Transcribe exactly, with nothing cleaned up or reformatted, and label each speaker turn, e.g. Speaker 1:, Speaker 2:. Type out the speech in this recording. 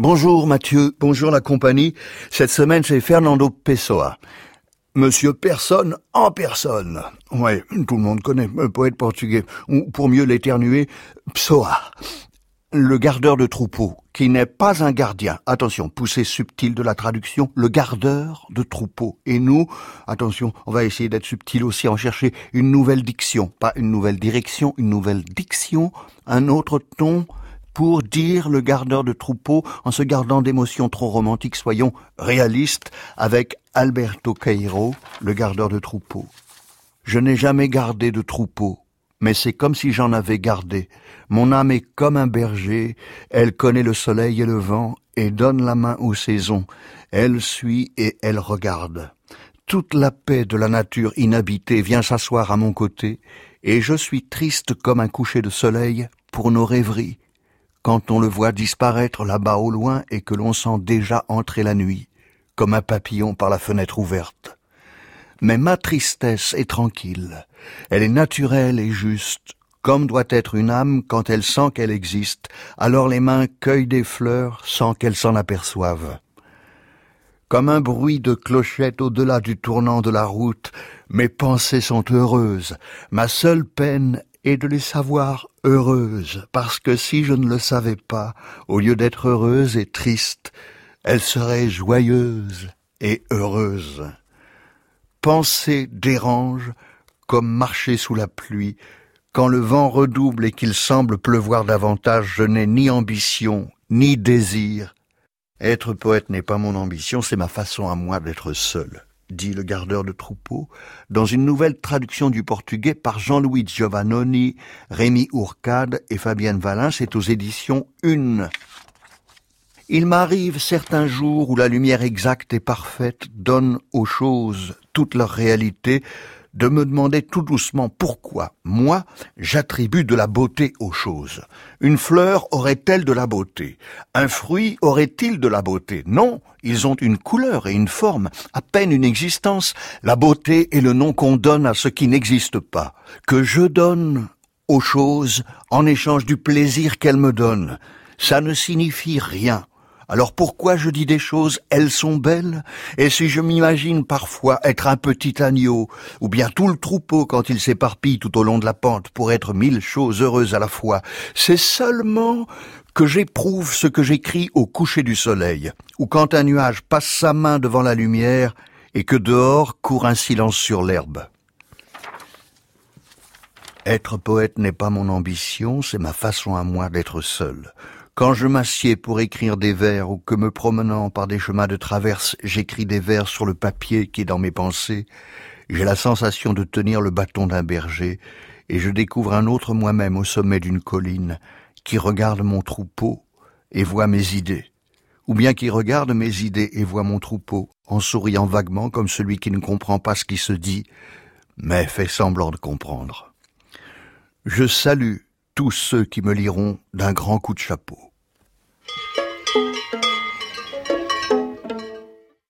Speaker 1: Bonjour Mathieu, bonjour la compagnie. Cette semaine, c'est Fernando Pessoa. Monsieur Personne en personne. Ouais, tout le monde connaît, un poète portugais. Ou pour mieux l'éternuer, Pessoa. Le gardeur de troupeau, qui n'est pas un gardien. Attention, poussée subtile de la traduction, le gardeur de troupeau. Et nous, attention, on va essayer d'être subtil aussi, en chercher une nouvelle diction. Pas une nouvelle direction, une nouvelle diction, un autre ton pour dire le gardeur de troupeau en se gardant d'émotions trop romantiques. Soyons réalistes avec Alberto Cairo, le gardeur de troupeau. Je n'ai jamais gardé de troupeau, mais c'est comme si j'en avais gardé. Mon âme est comme un berger, elle connaît le soleil et le vent et donne la main aux saisons. Elle suit et elle regarde. Toute la paix de la nature inhabitée vient s'asseoir à mon côté et je suis triste comme un coucher de soleil pour nos rêveries. Quand on le voit disparaître là-bas au loin et que l'on sent déjà entrer la nuit, comme un papillon par la fenêtre ouverte. Mais ma tristesse est tranquille, elle est naturelle et juste, comme doit être une âme quand elle sent qu'elle existe, alors les mains cueillent des fleurs sans qu'elles s'en aperçoivent. Comme un bruit de clochette au-delà du tournant de la route, mes pensées sont heureuses, ma seule peine est de les savoir heureuses, parce que si je ne le savais pas, au lieu d'être heureuse et triste, elles seraient joyeuses et heureuses. Penser dérange comme marcher sous la pluie. Quand le vent redouble et qu'il semble pleuvoir davantage, je n'ai ni ambition, ni désir. Être poète n'est pas mon ambition, c'est ma façon à moi d'être seul, dit le gardeur de troupeau, dans une nouvelle traduction du portugais par Jean-Louis Giovannoni, Rémi Ourcade et Fabienne Valin. C'est aux éditions Une. Il m'arrive certains jours où la lumière exacte et parfaite donne aux choses toute leur réalité, de me demander tout doucement pourquoi, moi, j'attribue de la beauté aux choses. Une fleur aurait-elle de la beauté? Un fruit aurait-il de la beauté? Non, ils ont une couleur et une forme, à peine une existence. La beauté est le nom qu'on donne à ce qui n'existe pas, que je donne aux choses en échange du plaisir qu'elles me donnent. Ça ne signifie rien. Alors pourquoi je dis des choses, elles sont belles? Et si je m'imagine parfois être un petit agneau, ou bien tout le troupeau quand il s'éparpille tout au long de la pente pour être mille choses heureuses à la fois, c'est seulement que j'éprouve ce que j'écris au coucher du soleil, ou quand un nuage passe sa main devant la lumière et que dehors court un silence sur l'herbe. Être poète n'est pas mon ambition, c'est ma façon à moi d'être seul. Quand je m'assieds pour écrire des vers ou que me promenant par des chemins de traverse, j'écris des vers sur le papier qui est dans mes pensées, j'ai la sensation de tenir le bâton d'un berger et je découvre un autre moi-même au sommet d'une colline qui regarde mon troupeau et voit mes idées, ou bien qui regarde mes idées et voit mon troupeau en souriant vaguement comme celui qui ne comprend pas ce qui se dit, mais fait semblant de comprendre. Je salue tous ceux qui me liront d'un grand coup de chapeau.